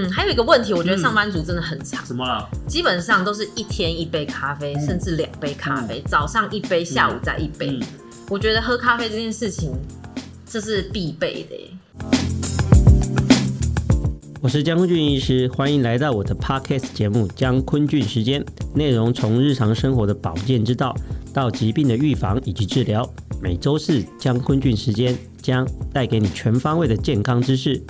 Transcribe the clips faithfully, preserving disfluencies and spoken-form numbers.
嗯，还有一个问题，我觉得上班族真的很长。 什么了？ 基本上都是一天一杯咖啡，嗯、甚至两杯咖啡，嗯、早上一杯，下午再一杯。嗯、我觉得喝咖啡这件事情，这是必备的耶。 我是江坤俊医师，欢迎来到我的 Podcast 节目《江坤俊时间》，内容从日常生活的保健之道到疾病的预防以及治疗。每周四江坤俊时间将带给你全方位的健康知识。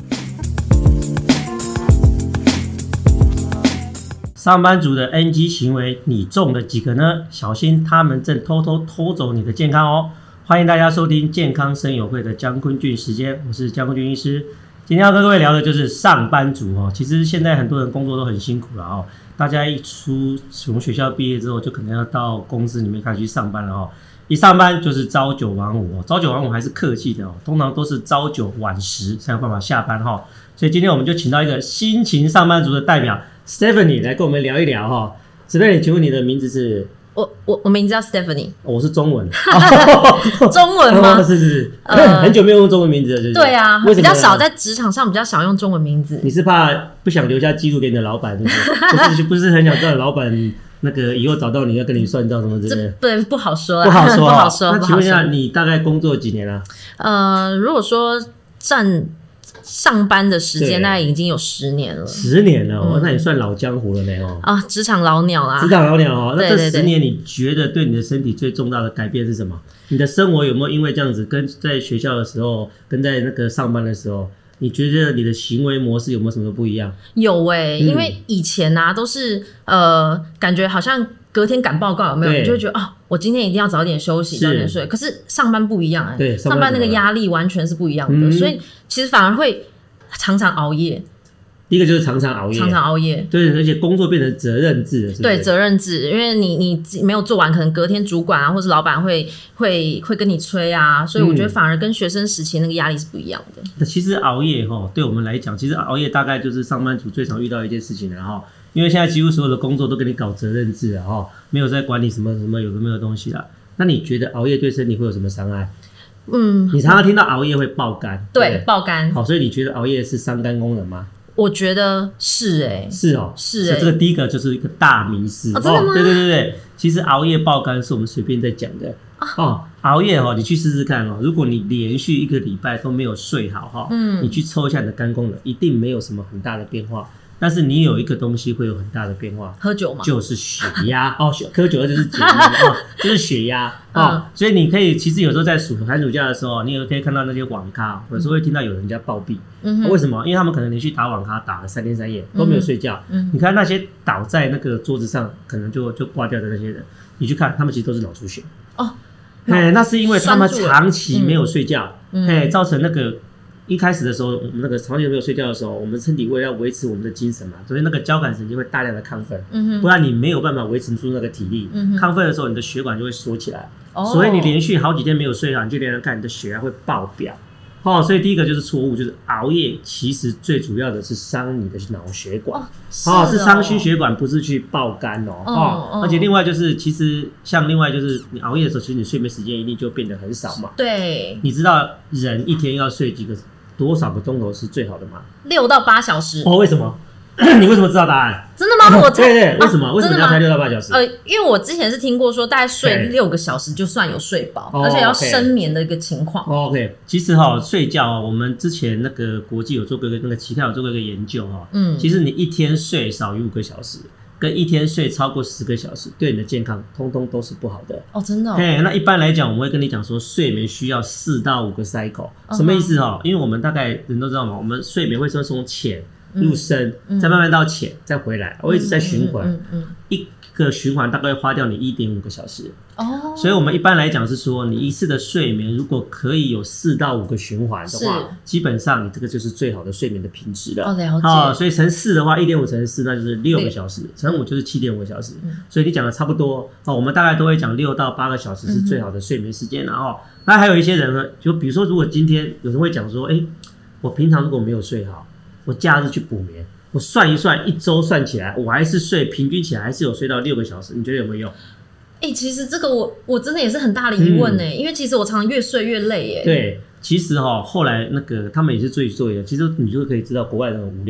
上班族的 N G 行为，你中了几个呢？小心他们正偷偷偷走你的健康哦！欢迎大家收听健康声友会的江坤俊时间，我是江坤俊医师。今天要跟各位聊的就是上班族哦。其实现在很多人工作都很辛苦了哦，大家一出从学校毕业之后，就可能要到公司里面开始去上班了哦。一上班就是朝九晚五哦，朝九晚五还是客气的哦，通常都是朝九晚十才有办法下班哈、哦。所以今天我们就请到一个辛勤上班族的代表 Stephanie 来跟我们聊一聊哈、哦。Stephanie， 请问你的名字是？ 我我我名字叫 Stephanie， 我是中文， 中文吗？ 是是是，呃、很久没有用中文名字了，是不是？ 对啊，比较少在职场上比较少用中文名字。 你是怕不想留下记录给你的老板，是不是？不是不是很想知道老板那个以后找到你要跟你算账什么之类的？ 对，不好说啦， 不好说， 不好说。 那请问一下，你大概工作几年了、 啊？呃，如果说占上班的时间，大概已经有十年了。 十年了、哦嗯，那也算老江湖了呢哦。 啊，职场老鸟啦， 职场老鸟哦。那这对对对， 十年你觉得对你的身体最重大的改变是什么？你的生活有没有因为这样子，跟在学校的时候，跟在那个上班的时候，你觉得你的行为模式有没有什么不一样？ 有诶、欸嗯，因为以前啊都是呃，感觉好像隔天赶报告有没有？你就会觉得哦，我今天一定要早点休息，早点睡。可是上班不一样哎、欸， 对， 上班那个压力完全是不一样的，嗯、所以其实反而会常常熬夜。 第一个就是常常熬夜， 常常熬夜， 对，而且工作变成责任制了，是不是？ 对，责任制，因为你你没有做完，可能隔天主管啊，或是老板会会会跟你催啊，所以我觉得反而跟学生时期那个压力是不一样的。 嗯、其实熬夜哈，对我们来讲，其实熬夜大概就是上班族最常遇到的一件事情了哈，因为现在几乎所有的工作都给你搞责任制了哈，没有在管理什么什么有的没有的东西了。那你觉得熬夜对身体会有什么伤害？嗯，你常常听到熬夜会爆肝， 对， 对爆肝。 好，所以你觉得熬夜是伤肝功能吗？ 我觉得是哎、欸， 是哦， 是哎、欸， 这个第一个就是一个大迷思、 哦，真的吗？ 哦、对对对对，其实熬夜爆肝是我们随便在讲的、啊、哦。熬夜哦，你去试试看哦，如果你连续一个礼拜都没有睡好哈、哦，嗯，你去抽一下你的肝功能，一定没有什么很大的变化。但是你有一个东西会有很大的变化， 喝酒吗？ 就是血压哦，喝酒就是解压哦，就是血压哦、嗯。所以你可以其实有时候在暑寒暑假的时候，你也可以看到那些网咖，有时候会听到有人家暴毙。嗯、啊，为什么？因为他们可能连续打网咖打了三天三夜都没有睡觉。嗯，你看那些倒在那个桌子上，可能就就挂掉的那些人，你去看，他们其实都是脑出血。哦，哎，那是因为他们长期没有睡觉，哎、嗯，造成那个。一开始的时候，我们那个长期没有睡觉的时候，我们身体为了要维持我们的精神嘛，所以那个交感神经会大量的亢奋，嗯、不然你没有办法维持住那个体力。嗯、亢奋的时候，你的血管就会缩起来，哦、所以你连续好几天没有睡好，你就连连看你的血压会爆表。哦，所以第一个就是错误，就是熬夜其实最主要的是伤你的脑血管，哦，是, 哦是伤心血管，不是去爆肝哦。哦, 哦而且另外就是，其实像另外就是你熬夜的时候，其实你睡眠时间一定就变得很少嘛。 对， 你知道人一天要睡几个多少个钟头是最好的吗？ 六到八小时。 哦，为什么？你为什么知道答案？ 真的吗？我对对，为什么？啊、为什么要猜六到八小时？ 呃，因为我之前是听过说，大概睡六个小时就算有睡饱，而且要深眠的一个情况。 哦、OK， 其实哈、哦，睡觉、哦，我们之前那个国际有做过一个那个期刊有做过一个研究哈、哦，嗯，其实你一天睡少于五个小时，跟一天睡超过十个小时，对你的健康通通都是不好的。 哦，真的、哦。 嘿，那一般来讲，我们会跟你讲说，睡眠需要四到五个 cycle，、uh-huh. 什么意思哈、哦？因为我们大概人都知道嘛，我们睡眠会从从浅入深、嗯，再慢慢到浅，再回来，我一直在循环、嗯嗯嗯嗯，一个循环大概会花掉你 一点五个小时。哦，所以我们一般来讲是说，你一次的睡眠如果可以有四到五个循环的话，基本上你这个就是最好的睡眠的品质了。 哦，了解。 哦，所以乘四的话，一点五乘四那就是六个小时，乘五就是七点五个小时、嗯。所以你讲的差不多。哦，我们大概都会讲六到八个小时是最好的睡眠时间。然后，那还有一些人呢，就比如说，如果今天有人会讲说，哎、欸，我平常如果没有睡好，我假日去补眠。我算一算，一周算起来，我还是睡平均起来还是有睡到六个小时，你觉得有没有用？ 哎、欸，其实这个我我真的也是很大的疑问呢、嗯，因为其实我常常越睡越累耶。 对，其实哈、哦，后来那个他们也是自己做的，其实你就可以知道国外人很无聊哦。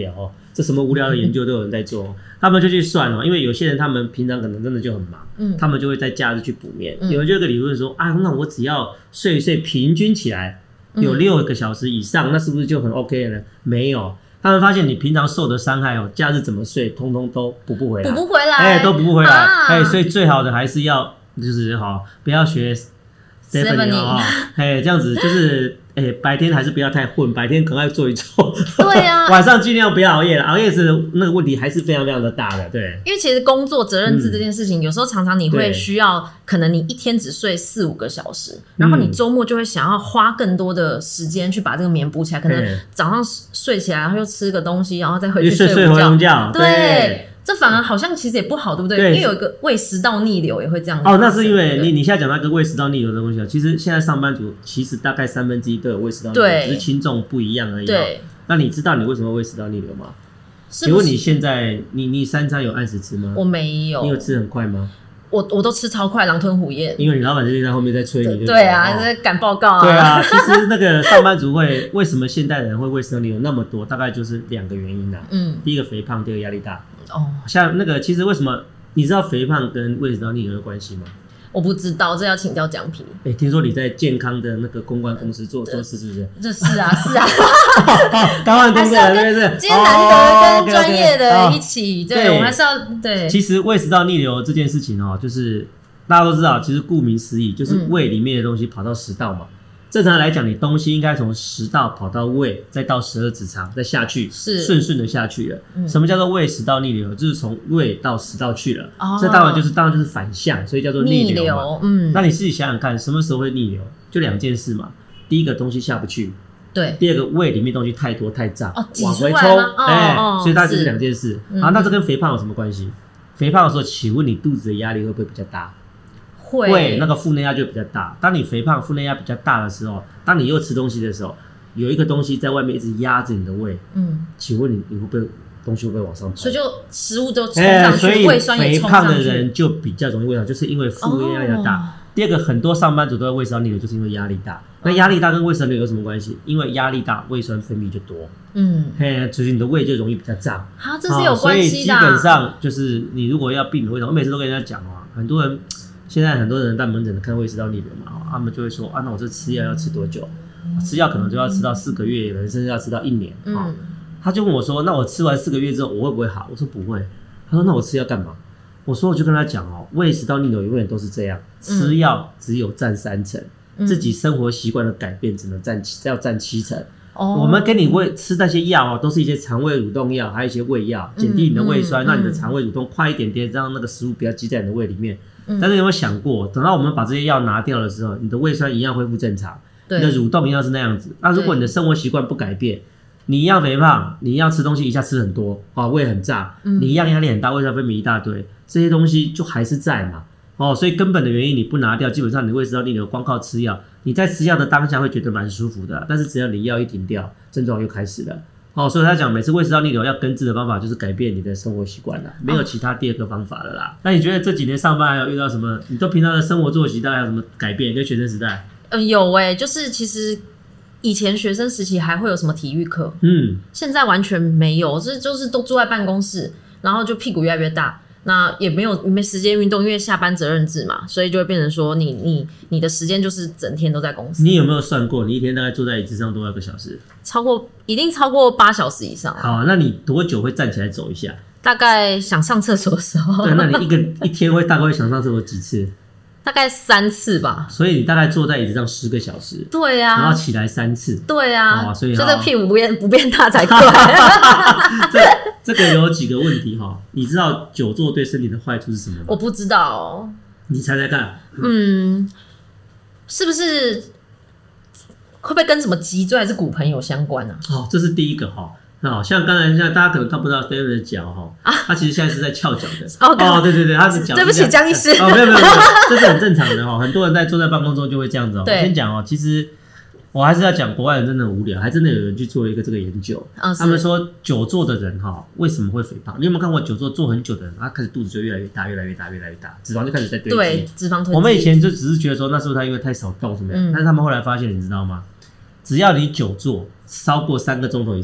这什么无聊的研究都有人在做，他们就去算哦，因为有些人他们平常可能真的就很忙，嗯，他们就会在假日去补眠。嗯、有人就有个理论说，啊，那我只要睡一睡，平均起来有六个小时以上，嗯、那是不是就很 OK 了呢？没有。他们发现你平常受的伤害哦，假日怎么睡，通通都补不回来， 补不回来， 哎、欸，都补不回来，哎、啊欸，所以最好的还是要就是好，不要学 Stephanie 哦，哎、欸，这样子就是，哎、欸，白天还是不要太混，白天赶快做一做， 对啊， 晚上尽量不要熬夜了，熬夜是那个问题还是非常非常的大的，对， 因为其实工作责任制这件事情，嗯、有时候常常你会需要，可能你一天只睡四五个小时，然后你周末就会想要花更多的时间去把这个眠补起来，可能早上睡起来，然后又吃个东西，然后再回去睡睡回笼觉， 对。对，这反而好像其实也不好，对不对？对，因为有一个胃食道逆流也会这样。 哦，那是因为你你现在讲那个胃食道逆流的东西，其实现在上班族其实大概三分之一都有胃食道逆流，只是轻重不一样而已。对，那你知道你为什么胃食道逆流吗？是请问你现在你你三餐有按时吃吗？ 我没有。 你有吃很快吗？ 我我都吃超快，狼吞虎咽。 因为你老板最近在后面在催你，对对啊，在赶报告啊。 对啊，其实那个上班族会为什么现代人会胃食道逆流那么多，大概就是两个原因啊。嗯，第一个肥胖，第二个压力大。哦，像那个其实为什么你知道肥胖跟胃食道逆流的关系吗？ 我不知道，这要请教奖品。 哎、欸，听说你在健康的那个公关公司做做事，是不是？ 这是啊，是啊。 刚换公司了，对不对？ 今天难得跟专业的一起， okay, okay, 对, 对，我还是要对。 其实胃食道逆流这件事情哦，就是大家都知道，其实顾名思义，就是胃里面的东西跑到食道嘛。嗯，正常来讲，你东西应该从食道跑到胃，再到十二指肠，再下去，是顺顺的下去了。嗯、什么叫做胃食道逆流？就是从胃到食道去了。哦，这当然就是当然就是反向，所以叫做逆流嘛。逆流，嗯，那你自己想想看，什么时候会逆流？就两件事嘛。第一个东西下不去，对；第二个胃里面东西太多太胀，哦，往回冲，哎、哦欸，所以它就是两件事。啊，那这跟肥胖有什么关系？肥胖的时候，请问你肚子的压力会不会比较大？会，那个腹内压就比较大。当你肥胖、腹内压比较大的时候，当你又吃东西的时候，有一个东西在外面一直压着你的胃。嗯，请问你，你会不会东西会不会往上跑？ 所以就食物都冲上去，欸、胃酸也冲上去。 肥胖的人就比较容易胃酸，就是因为腹内压力大。哦，第二个，很多上班族都会胃食道逆流，就是因为压力大。那压力大跟胃食道逆流有什么关系？因为压力大，胃酸分泌就多。嗯，嘿，所以你的胃就容易比较胀。 啊，这是有关系的。 所以基本上就是你如果要避免胃酸，我每次都跟人家讲哦，很多人。现在很多人在门诊看胃食道逆流嘛，他们就会说啊，那我这吃药要吃多久？吃药可能就要吃到四个月，有人甚至要吃到一年。嗯，他就问我说，那我吃完四个月之后我会不会好？我说不会。他说那我吃药干嘛？我说我就跟他讲哦，胃食道逆流永远都是这样，吃药只有占三成，嗯、自己生活习惯的改变只能占要占七成。哦，我们给你胃吃那些药哦，都是一些肠胃蠕动药，还有一些胃药，减低你的胃酸，嗯嗯、让你的肠胃蠕动快一点点，让那个食物不要积在你的胃里面。但是有没有想过，等到我们把这些药拿掉的时候，你的胃酸一样恢复正常，你的蠕动一样是那样子。那如果你的生活习惯不改变，你一样肥胖，你一样吃东西一下吃很多，哦，胃很胀，嗯、你一样压力很大，胃酸分泌一大堆，这些东西就还是在嘛。哦，所以根本的原因你不拿掉，基本上你胃食道逆流光靠吃药，你在吃药的当下会觉得蛮舒服的，但是只要你药一停掉，症状又开始了。哦，所以他讲每次胃食道逆流要根治的方法就是改变你的生活习惯啦，没有其他第二个方法了啦。那你觉得这几年上班还有遇到什么？你都平常的生活作息大概有什么改变？跟学生时代？ 嗯，有诶、欸，就是其实以前学生时期还会有什么体育课，嗯，现在完全没有，这就是都坐在办公室，然后就屁股越来越大。那也没有没时间运动，因为下班责任制嘛，所以就会变成说你你你的时间就是整天都在公司。 你有没有算过，你一天大概坐在椅子上多少个小时？ 超过，一定超过八小时以上。 好，那你多久会站起来走一下？ 大概想上厕所的时候。 对，那你一个一天会大概会想上厕所几次？ 大概三次吧。 所以你大概坐在椅子上十个小时。 对啊。 然后起来三次。 对啊。 哦、所以这个屁股不变不变大才怪。 这这个有几个问题哈，你知道久坐对身体的坏处是什么吗？ 我不知道哦。 你猜猜看。 嗯，是不是会不会跟什么脊椎还是骨盆有相关啊？ 哦，这是第一个哈。哦，像刚才现在大家可能看不到 David 的脚哈，啊，他其实现在是在翘脚的。哦, 哦，对对对，他是脚。 对不起，江医师。 哦，没有没有没有，这是很正常的哈，很多人在坐在办公中就会这样子哦。我先讲哦，其实我还是要讲，国外人真的很无聊，还真的有人去做一个这个研究。哦、他们说久坐的人哈，为什么会肥胖？你有没有看过久坐坐很久的人，他开始肚子就越来越大，越来越大，越来越大，脂肪就开始在堆积。 对，脂肪堆积。 我们以前就只是觉得说，那是不是他因为太少动什么样？嗯、但是他们后来发现，你知道吗？只要你久坐超过三个钟头以上，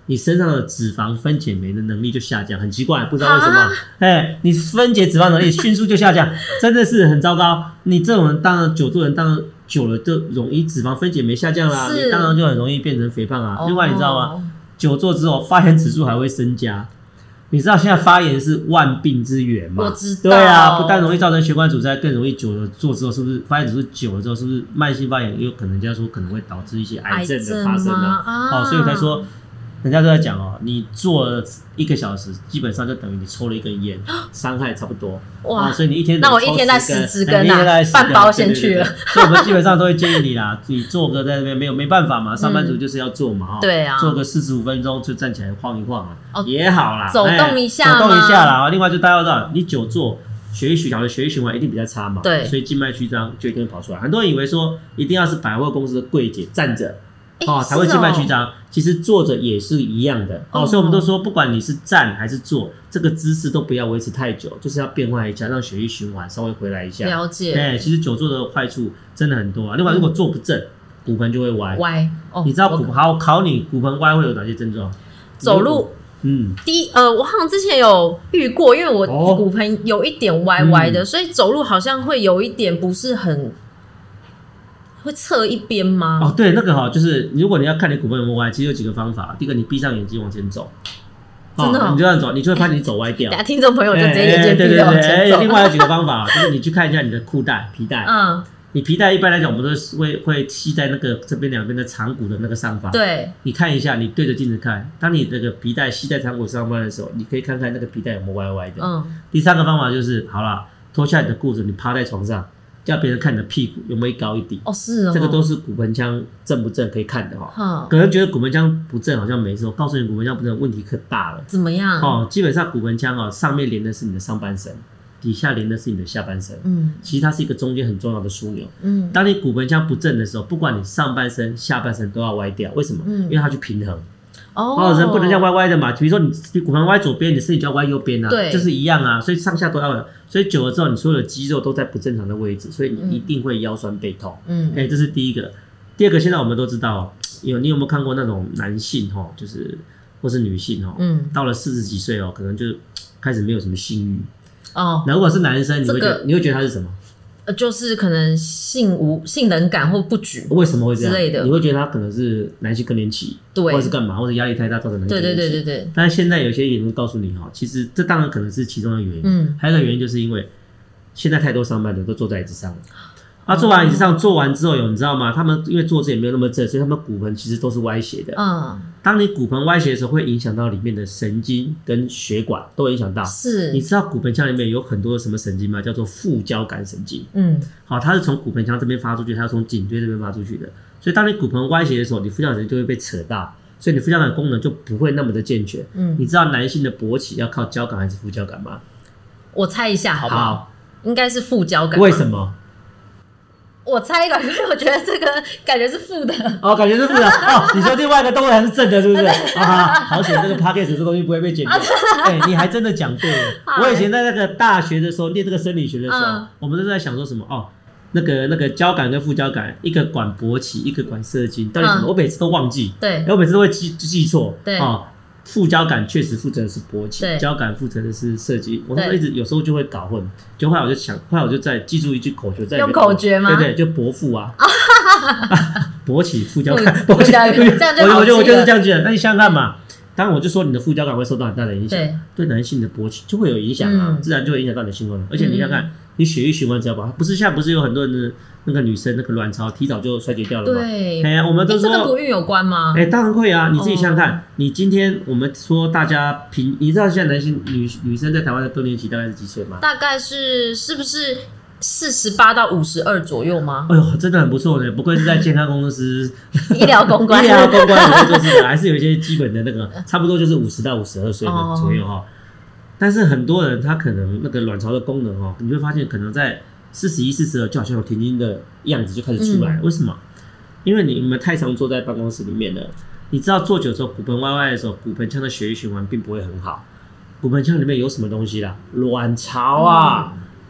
你身上的脂肪分解酶的能力就下降，很奇怪，不知道为什么。哎，你分解脂肪能力迅速就下降，真的是很糟糕。你这种人当然久坐人当然久了就容易脂肪分解酶下降啦，你当然就很容易变成肥胖啊。另外你知道吗？久坐之后发炎指数还会增加。你知道现在发炎是万病之源吗？ 我知道。 对啊，不但容易造成血管阻塞，更容易久了坐之后，是不是发炎指数久了之后，是不是慢性发炎有可能人家说可能会导致一些癌症的发生啊？啊哦，所以我才说。人家都在讲哦，你坐了一个小时，基本上就等于你抽了一根烟，伤害差不多。哇！所以你一天那我一天带十支根啊，半包先去了。 所以我们基本上都会建议你啦，你坐个在那边没有没办法嘛，上班族就是要坐嘛，哈、嗯。对啊。坐个四十五分钟就站起来晃一晃啊，哦、也好啦， 走动一下， 走动一下啦。另外就大家知道，你久坐，血液小的血液循环一定比较差嘛，对，所以静脉曲张就一定会跑出来。很多人以为说一定要是百货公司的柜姐站着。哦，才会静脉曲张、哦。其实坐着也是一样的哦，所以我们都说，不管你是站还是坐，这个姿势都不要维持太久，就是要变换一下，让血液循环稍微回来一下。 了解。 哎，其实久坐的坏处真的很多啊。另外，如果坐不正，骨盆就会歪。 歪哦。 你知道骨好考你骨盆歪会有哪些症状？ 走路。嗯，第一，呃，我好像之前有遇过，因为我骨盆有一点歪歪的，哦嗯、所以走路好像会有一点不是很。会侧一边吗？ 哦，对，那个哈、哦，就是如果你要看你骨盆有没有歪，其实有几个方法。第一个，你闭上眼睛往前走， 真的、哦哦， 你这样走，你就会发现你走歪掉。 等下听众朋友就直接眼睛闭着往前走。 另外有几个方法，就是你去看一下你的裤带、皮带。嗯，你皮带一般来讲，我们都是会会系在那个这边两边的长骨的那个上方。对，你看一下，你对着镜子看，当你那个皮带系在长骨上方的时候，你可以看看那个皮带有没有歪歪的。嗯。第三个方法就是，好了，脱下你的裤子，你趴在床上。叫别人看你的屁股有没有高一点哦，是哦，这个都是骨盆腔正不正可以看的哈、哦。可能觉得骨盆腔不正好像没事，我告诉你，骨盆腔不正问题可大了。 怎么样？ 哦，基本上骨盆腔哦，上面连的是你的上半身，底下连的是你的下半身。嗯，其实它是一个中间很重要的枢纽。嗯，当你骨盆腔不正的时候，不管你上半身、下半身都要歪掉。为什么？嗯，因为它去平衡。哦，人不能这样歪歪的嘛。比如说你你骨盆歪左边，你身体就要歪右边啊，对，就是一样啊。所以上下都要，所以久了之后，你所有的肌肉都在不正常的位置，所以你一定会腰酸背痛。嗯，哎、欸，这是第一个。第二个，现在我们都知道，有你有没有看过那种男性哈，就是或是女性哈，嗯，到了四十几岁哦，可能就开始没有什么性欲。哦，那如果是男生，你会觉得、这个、你会觉得他是什么？ 呃，就是可能性无性冷感或不举， 为什么会这样之类的？ 你会觉得他可能是男性更年期，对，或者是干嘛，或者压力太大造成男性更年期。对对对对对。但是现在有些研究告诉你哈，其实这当然可能是其中的原因，嗯，还有一个原因就是因为现在太多上班族都坐在椅子上了。啊，坐完椅子上，做完之后有你知道吗？他们因为坐姿也没有那么正，所以他们骨盆其实都是歪斜的。嗯，当你骨盆歪斜的时候，会影响到里面的神经跟血管，都会影响到。是，你知道骨盆腔里面有很多的什么神经吗？叫做副交感神经。嗯，好，它是从骨盆腔这边发出去，它是从颈椎这边发出去的。所以当你骨盆歪斜的时候，你副交感神经就会被扯大，所以你副交感功能就不会那么的健全。嗯，你知道男性的勃起要靠交感还是副交感吗？ 我猜一下，好不好？好，应该是副交感。 为什么？ 我猜一个，因为我觉得这个感觉是负的。 哦，感觉是负的。哦，你说另外一个动物还是正的，是不是？啊，好险，这个 podcast 这东西不会被剪掉。哎、欸，你还真的讲对了。我以前在那个大学的时候念这个生理学的时候，嗯、我们都在想说什么哦，那个那个交感跟副交感，一个管勃起，一个管射精，到底什么？嗯、我每次都忘记。对，我每次都会记记错。对。哦，副交感确实负责的是勃起，交感负责的是射精。我一直有时候就会搞混，就后来我就想，后来我就再记住一句口诀，在用口诀吗？ 对对，就勃副啊，勃起副交感， 勃起，这样就好记了。 我就我就是这样记的。那你想想看嘛，当然我就说你的副交感会受到很大的影响，对，对男性的勃起就会有影响啊，嗯、自然就会影响到你的性功能。而且你想想看，你血液循环只要不好，不是现在不是有很多人的那个女生那个卵巢提早就衰竭掉了吗？对，哎呀，我们都说、 欸、这跟不孕有关吗？ 哎、欸，当然会啊！你自己想想看，哦、你今天我们说大家平，你知道现在男性女女生在台湾的更年期大概是几岁吗？ 大概是是不是四十八到五十二左右吗？ 哎呦，真的很不错呢，不愧是在健康公司医疗公关， 医疗公关里面做事的，还是有一些基本的那个，差不多就是五十到五十二岁的左右哈。哦、但是很多人他可能那个卵巢的功能哦，你会发现可能在四十一、四十二就好像有停经的样子就开始出来了。嗯、为什么？因为你们太常坐在办公室里面了，你知道坐久之后骨盆歪歪的时候，骨盆腔的血液循环并不会很好。骨盆腔里面有什么东西啦？卵巢啊！嗯、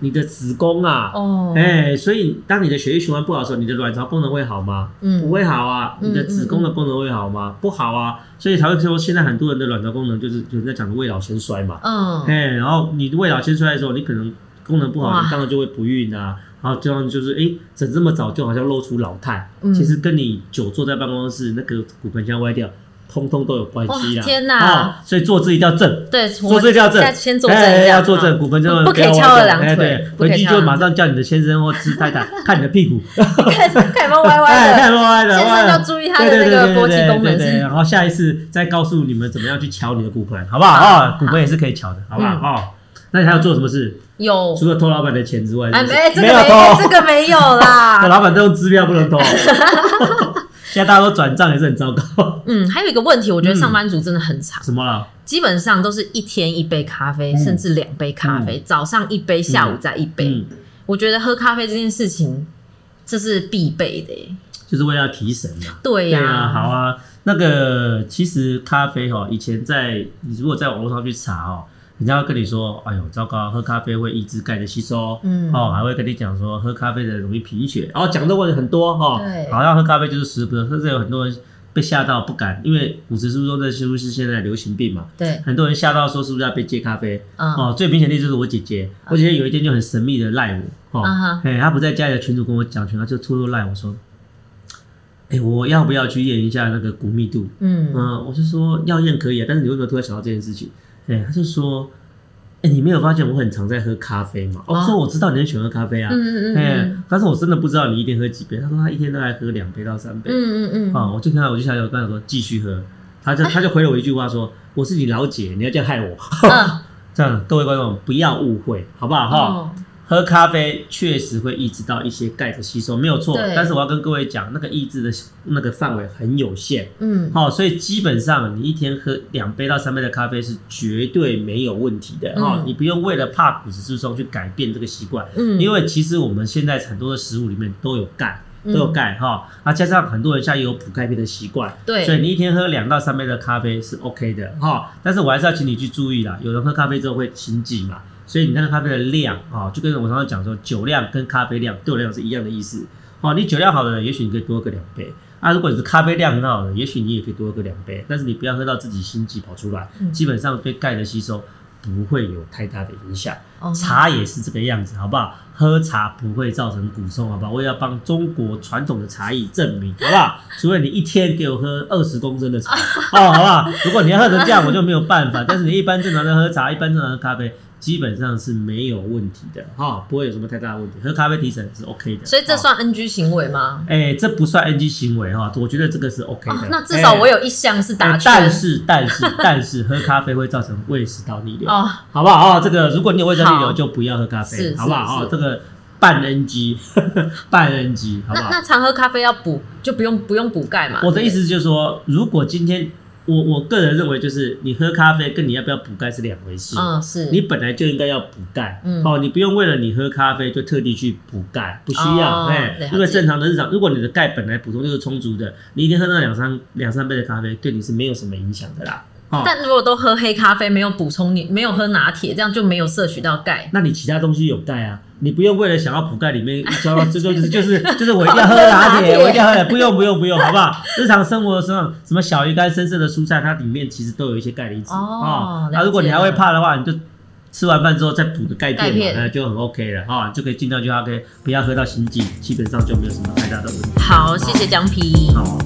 你的子宫啊，哦，哎、欸，所以当你的血液循环不好的时候，你的卵巢功能会好吗？嗯，不会好啊。你的子宫的功能会好吗？嗯嗯嗯不好啊。所以才会说现在很多人的卵巢功能就是有人在讲的未老先衰嘛。嗯，哎、欸，然后你未老先衰的时候，你可能功能不好，你当然就会不孕啊。然后这样就是，哎、欸，怎这么早就好像露出老态？嗯、其实跟你久坐在办公室，那个骨盆腔歪掉，通通都有关系啦。 天哪、 哦！所以坐姿一定要正， 对， 坐姿一定要正， 先坐正一下、欸， 要坐正，骨盆腔不可以翘二郎腿。 对，回去就马上叫你的先生或是太太看你的屁股， 看看有没有歪歪的， 看有没有歪的， 先生要注意他的那个勃起功能是。 然后下一次再告诉你们怎么样去瞧你的骨盆，好不好？啊、哦，骨盆也是可以瞧的，好不好？哦。那你还要做什么事？ 有， 除了偷老板的钱之外， 哎， 没， 这个没有，这个没有啦。 老板都用支票不能偷。现在大家都转账也是很糟糕。 嗯，还有一个问题，我觉得上班族真的很长。 什么了？ 基本上都是一天一杯咖啡，嗯、甚至两杯咖啡，嗯、早上一杯，下午再一杯。嗯嗯、我觉得喝咖啡这件事情，这是必备的耶， 就是为了提神嘛。 对呀、啊， 对啊，好啊。那个其实咖啡哈，以前在你如果在网络上去查哦。人家会跟你说，哎呦，糟糕，喝咖啡会抑制钙的吸收，嗯，哦，还会跟你讲说，喝咖啡的容易贫血，然后讲的问题很多哈，对，好像喝咖啡就是食补，甚至有很多人被吓到不敢，因为骨质疏松这是不是现在的流行病嘛？ 对， 很多人吓到说是不是要被戒咖啡？嗯、哦，最明显的例子就是我姐姐，嗯、我姐姐有一天就很神秘的赖我，哦，哎、嗯，她不在家里的群组跟我讲，群她就偷偷赖我说，哎、欸，我要不要去验一下那个骨密度？嗯嗯，我就说要验可以啊，但是你为什么突然想到这件事情？哎、欸，他就说，哎、欸，你没有发现我很常在喝咖啡吗？哦，说我知道你很喜欢喝咖啡啊，嗯嗯嗯，哎、欸，但是我真的不知道你一天喝几杯。他说他一天大概喝两杯到三杯，嗯嗯嗯，啊，我就看到我就想我跟他说继续喝，他就他就回了我一句话说，我是你老姐，你要这样害我，嗯、这样各位观众不要误会，好不好哈？哦喝咖啡确实会抑制到一些钙的吸收，没有错。但是我要跟各位讲，那个抑制的那个范围很有限。嗯，好、哦，所以基本上你一天喝两杯到三杯的咖啡是绝对没有问题的。哈、嗯哦，你不用为了怕骨质疏松去改变这个习惯。嗯，因为其实我们现在很多的食物里面都有钙。都有钙哈，啊，加上很多人现在也有补钙片的习惯，对，所以你一天喝两到三杯的咖啡是 OK 的哈。但是我还是要请你去注意啦，有人喝咖啡之后会心悸嘛，所以你那个咖啡的量啊，就跟我常常讲说，酒量跟咖啡量对我来讲是一样的意思。哦，你酒量好的人，也许你可以多喝个两杯啊。如果你是咖啡量很好的，也许你也可以多喝个两杯，但是你不要喝到自己心悸跑出来，嗯、基本上对钙的吸收不会有太大的影响。哦、茶也是这个样子，好不好？喝茶不会造成骨松，好不好？我也要帮中国传统的茶艺证明，好不好？除非你一天给我喝二十公升的茶，哦，好不好？如果你要喝成这样，我就没有办法。但是你一般正常的喝茶，一般正常的咖啡，基本上是没有问题的，哈、哦，不会有什么太大的问题。喝咖啡提神是 OK 的， 所以这算 N G 行为吗？ 哎、欸，这不算 N G 行为哈，我觉得这个是 OK 的。哦、 那至少我有一项是打圈、 欸欸。但是，但是，但是，喝咖啡会造成胃食道逆流，哦，好不好？哦，这个如果你有胃食道逆流，就不要喝咖啡，好不好？哦，这个。半 N G， 半 N G， 好不好？ 那那常喝咖啡要补，就不用不用补钙嘛？ 我的意思就是说，如果今天我我个人认为，就是你喝咖啡跟你要不要补钙是两回事。嗯，是你本来就应该要补钙，嗯，哦，你不用为了你喝咖啡就特地去补钙，不需要，哎、哦，因为正常的日常，如果你的钙本来补充就是充足的，你一天喝那两三两三杯的咖啡，对你是没有什么影响的啦。 但如果都喝黑咖啡，没有补充，你没有喝拿铁，这样就没有摄取到钙。 那你其他东西有钙啊，你不用为了想要补钙里面教到，这就是就是就是我一定要喝拿铁，我一定要喝，不用不用不用，好不好？日常生活上什么小鱼干、深色的蔬菜，它里面其实都有一些钙离子哦。那、哦、如果你还会怕的话，你就吃完饭之后再补个钙片嘛，那就很 OK 了哈、哦，就可以尽量就 OK， 不要喝到心悸，基本上就没有什么太大的问题。 好，谢谢姜皮。好。